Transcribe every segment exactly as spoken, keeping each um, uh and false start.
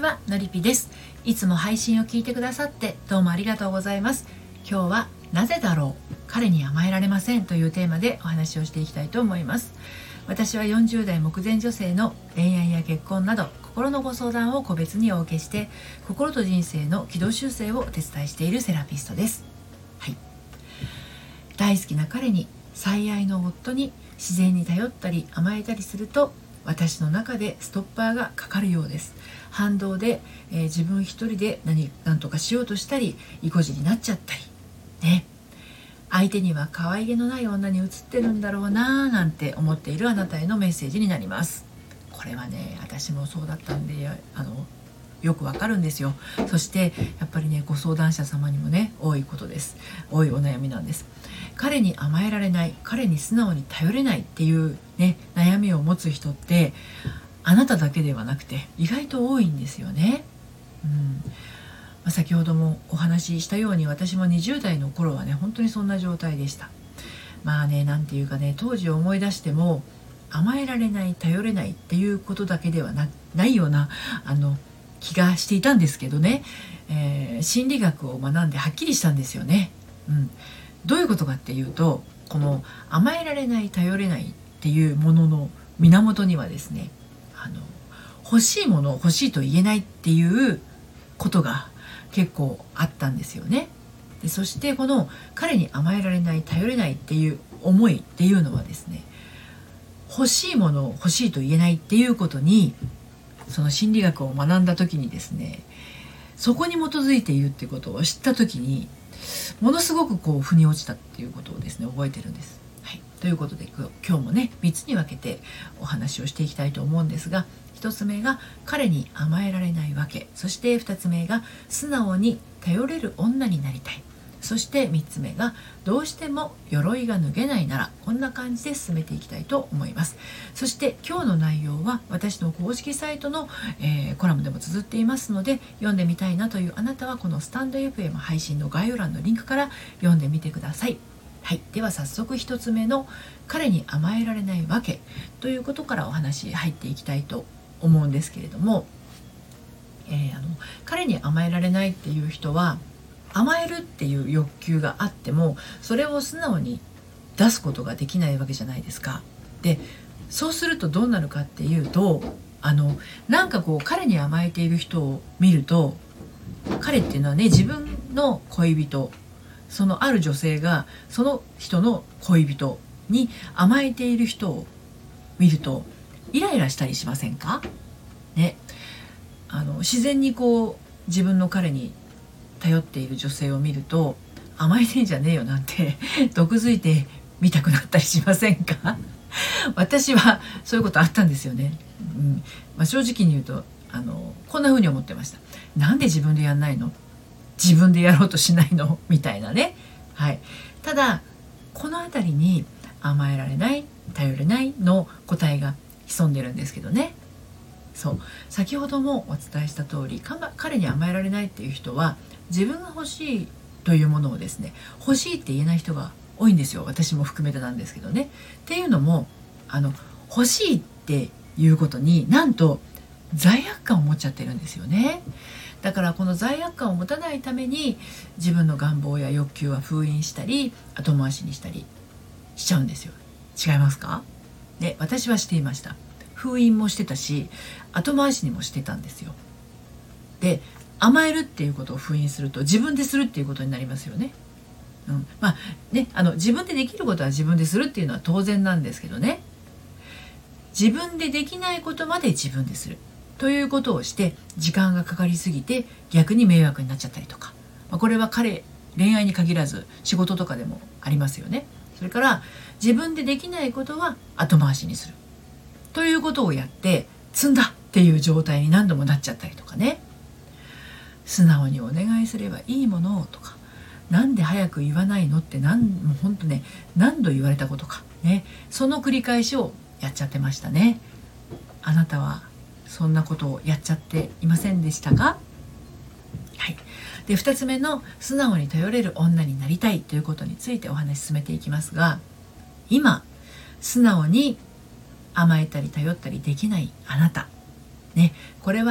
は、のりぴです。いつも配信を聞いてくださってどうもありがとうございます。今日はなぜだろう、彼に甘えられませんというテーマでお話をしていきたいと思います。私はよんじゅう代目前女性の恋愛や結婚など心のご相談を個別にお受けして、心と人生の軌道修正をお手伝いしているセラピストです。はい、大好きな彼に、最愛の夫に自然に頼ったり甘えたりすると、私の中でストッパーがかかるようです。反動で、えー、自分一人で何何とかしようとしたり、意固地になっちゃったりね。相手には可愛げのない女に映ってるんだろうななんて思っているあなたへのメッセージになります。これはね、私もそうだったんで、あのよくわかるんですよ。そしてやっぱりね、ご相談者様にもね、多いことです。多いお悩みなんです。彼に甘えられない、彼に素直に頼れないっていうね、悩みを持つ人ってあなただけではなくて意外と多いんですよね。うんまあ、先ほどもお話ししたように、私もにじゅう代の頃はね、本当にそんな状態でした。まあね、なんていうかね、当時を思い出しても甘えられない、頼れないっていうことだけでは な, ないようなあの気がしていたんですけどね、えー、心理学を学んではっきりしたんですよね。うん、どういうことかっていうと、この甘えられない、頼れないっていうものの源にはですね、あの欲しいものを欲しいと言えないっていうことが結構あったんですよね。でそしてこの彼に甘えられない、頼れないっていう思いっていうのはですね、欲しいものを欲しいと言えないっていうことに、その心理学を学んだ時にですね、そこに基づいているっていうことを知った時に、ものすごくこう腑に落ちたっていうことをですね、覚えてるんです。はい、ということで今日もね、みっつに分けてお話をしていきたいと思うんですが、ひとつめが彼に甘えられないわけ、そしてふたつめが素直に頼れる女になりたい、そしてみっつめがどうしても鎧が脱げないなら、こんな感じで進めていきたいと思います。そして今日の内容は私の公式サイトの、えー、コラムでも綴っていますので、読んでみたいなというあなたはこのスタンド エフエム 配信の概要欄のリンクから読んでみてください。はい、では早速ひとつめの彼に甘えられないわけということからお話入っていきたいと思うんですけれども、えー、あの彼に甘えられないっていう人は、甘えるっていう欲求があってもそれを素直に出すことができないわけじゃないですか。でそうするとどうなるかっていうと、あのなんかこう彼に甘えている人を見ると、彼っていうのはね、自分の恋人、そのある女性がその人の恋人に甘えている人を見るとイライラしたりしませんかね。あの自然にこう自分の彼に頼っている女性を見ると、甘えてんじゃねえよなんて毒づいてみたくなったりしませんか私はそういうことあったんですよね。うんまあ、正直に言うと、あのこんな風に思ってました。なんで自分でやんないの、自分でやろうとしないのみたいなね。はい、ただこの辺りに甘えられない、頼れないの答えが潜んでるんですけどね。そう先ほどもお伝えした通り、彼に甘えられないっていう人は自分が欲しいというものをですね、欲しいって言えない人が多いんですよ。私も含めてなんですけどね。っていうのも、あの欲しいっていうことになんと罪悪感を持っちゃってるんですよね。だからこの罪悪感を持たないために自分の願望や欲求は封印したり後回しにしたりしちゃうんですよ。違いますか？ね、私はしていました。封印もしてたし、後回しにもしてたんですよ。で甘えるっていうことを封印すると自分でするっていうことになりますよね。うん、まあね、あの自分でできることは自分でするっていうのは当然なんですけどね、自分でできないことまで自分でするということをして時間がかかりすぎて逆に迷惑になっちゃったりとか、まあ、これは彼恋愛に限らず仕事とかでもありますよね。それから自分でできないことは後回しにするということをやって積んだっていう状態に何度もなっちゃったりとかね。素直にお願いすればいいものをとか、なんで早く言わないのって何もう本当ね、何度言われたことかね、その繰り返しをやっちゃってましたね。あなたはそんなことをやっちゃっていませんでしたか？はい、でふたつめの素直に頼れる女になりたいということについてお話し進めていきますが、今素直に甘えたり頼ったりできないあなたね、これは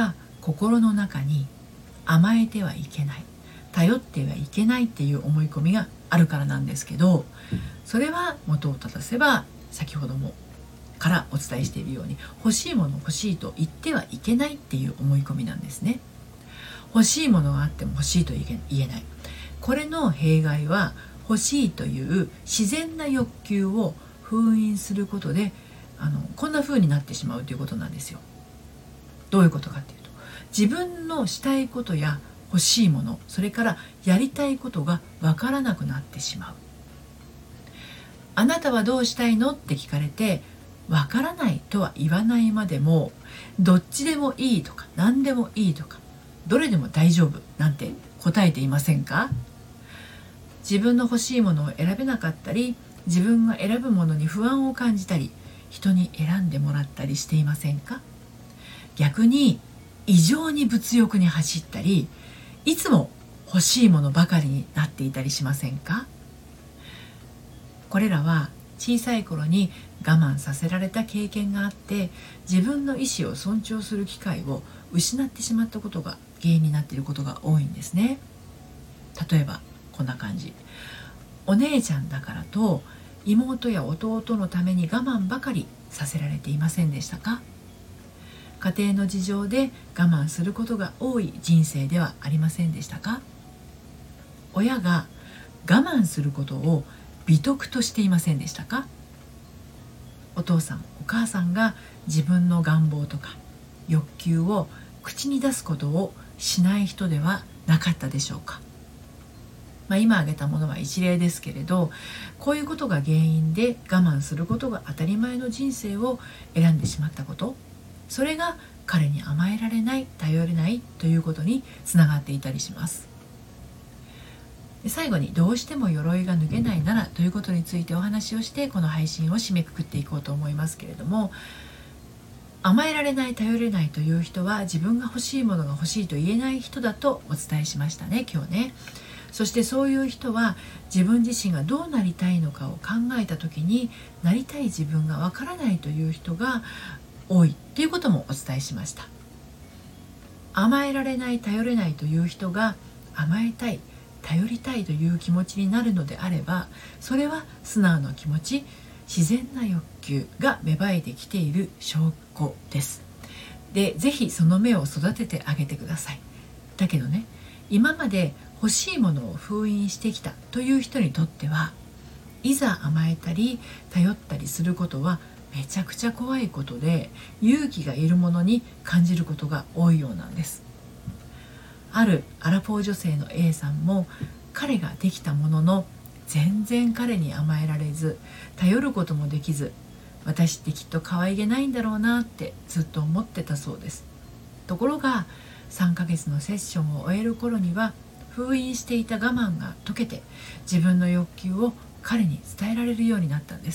心の中に甘えてはいけない、頼ってはいけないっていう思い込みがあるからなんですけど、それは元を正せば先ほどもからお伝えしているように、欲しいもの欲しいと言ってはいけないっていう思い込みなんですね。欲しいものがあっても欲しいと言えない。これの弊害は、欲しいという自然な欲求を封印することであのこんな風になってしまうということなんですよ。どういうことかっていうと、自分のしたいことや欲しいもの、それからやりたいことがわからなくなってしまう。あなたはどうしたいのって聞かれて、わからないとは言わないまでも、どっちでもいいとか何でもいいとかどれでも大丈夫なんて答えていませんか？自分の欲しいものを選べなかったり、自分が選ぶものに不安を感じたり、人に選んでもらったりしていませんか？逆に異常に物欲に走ったり、いつも欲しいものばかりになっていたりしませんか？これらは小さい頃に我慢させられた経験があって、自分の意思を尊重する機会を失ってしまったことが原因になっていることが多いんですね。例えばこんな感じ。お姉ちゃんだからと妹や弟のために我慢ばかりさせられていませんでしたか？家庭の事情で我慢することが多い人生ではありませんでしたか？親が我慢することを美徳としていませんでしたか？お父さんお母さんが自分の願望とか欲求を口に出すことをしない人ではなかったでしょうか？まあ、今挙げたものは一例ですけれど、こういうことが原因で我慢することが当たり前の人生を選んでしまったこと、それが彼に甘えられない、頼れないということにつながっていたりします。で最後に、どうしても鎧が脱げないならということについてお話をして、この配信を締めくくっていこうと思いますけれども、甘えられない、頼れないという人は自分が欲しいものが欲しいと言えない人だとお伝えしましたね、今日ね。そしてそういう人は自分自身がどうなりたいのかを考えた時に、なりたい自分がわからないという人が多いということもお伝えしました。甘えられない、頼れないという人が甘えたい、頼りたいという気持ちになるのであれば、それは素直な気持ち、自然な欲求が芽生えてきている証拠です。で、ぜひその芽を育ててあげてください。だけどね、今まで欲しいものを封印してきたという人にとっては、いざ甘えたり頼ったりすることはめちゃくちゃ怖いことで、勇気がいるものに感じることが多いようなんです。あるアラフォー女性の A さんも、彼ができたものの全然彼に甘えられず、頼ることもできず、私ってきっと可愛げないんだろうなってずっと思ってたそうです。ところがさんかげつのセッションを終える頃には、封印していた我慢が解けて、自分の欲求を彼に伝えられるようになったんです。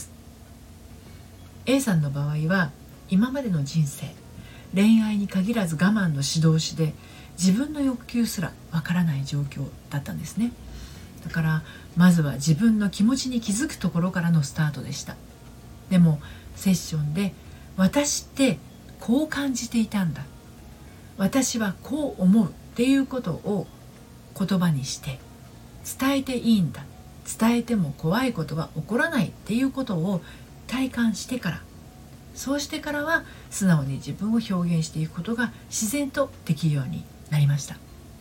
A さんの場合は、今までの人生、恋愛に限らず我慢の指導師で、自分の欲求すらわからない状況だったんですね。だからまずは自分の気持ちに気づくところからのスタートでした。でもセッションで、私ってこう感じていたんだ、私はこう思うっていうことを言葉にして伝えていいんだ、伝えても怖いことは起こらないっていうことを体感してから、そうしてからは素直に自分を表現していくことが自然とできるようになりました。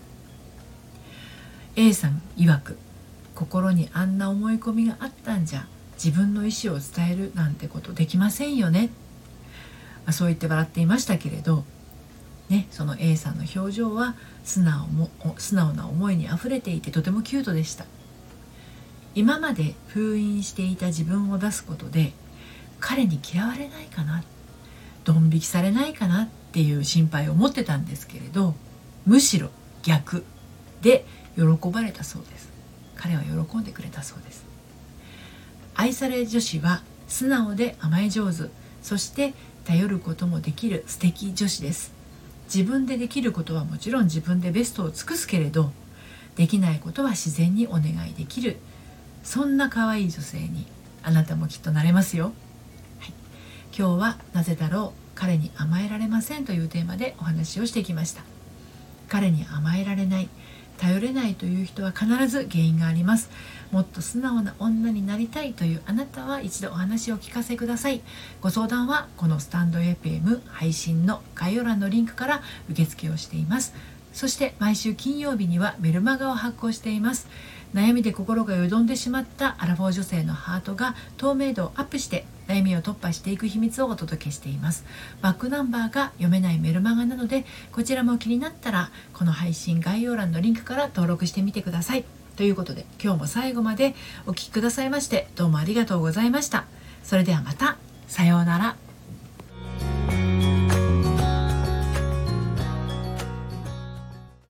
A さん曰く、心にあんな思い込みがあったんじゃ、自分の意思を伝えるなんてことできませんよね。まあ、そう言って笑っていましたけれど、ね、その A さんの表情は素直も素直な思いにあふれていて、とてもキュートでした。今まで封印していた自分を出すことで、彼に嫌われないかな、ドン引きされないかなっていう心配を持ってたんですけれど、むしろ逆で喜ばれたそうです。彼は喜んでくれたそうです。愛され女子は素直で甘え上手、そして頼ることもできる素敵女子です。自分でできることはもちろん自分でベストを尽くすけれど、できないことは自然にお願いできる、そんな可愛い女性にあなたもきっとなれますよ。はい、今日はなぜだろう、彼に甘えられませんというテーマでお話をしてきました。 彼に甘えられない、頼れないという人は必ず原因があります。もっと素直な女になりたいというあなたは一度お話を聞かせください。ご相談はこのスタンド エフエム 配信の概要欄のリンクから受付をしています。そして毎週金曜日にはメルマガを発行しています。悩みで心がよどんでしまったアラフォー女性のハートが透明度をアップして悩みを突破していく秘密をお届けしています。バックナンバーが読めないメルマガなので、こちらも気になったらこの配信概要欄のリンクから登録してみてください。ということで、今日も最後までお聞きくださいましてどうもありがとうございました。それではまた。さようなら。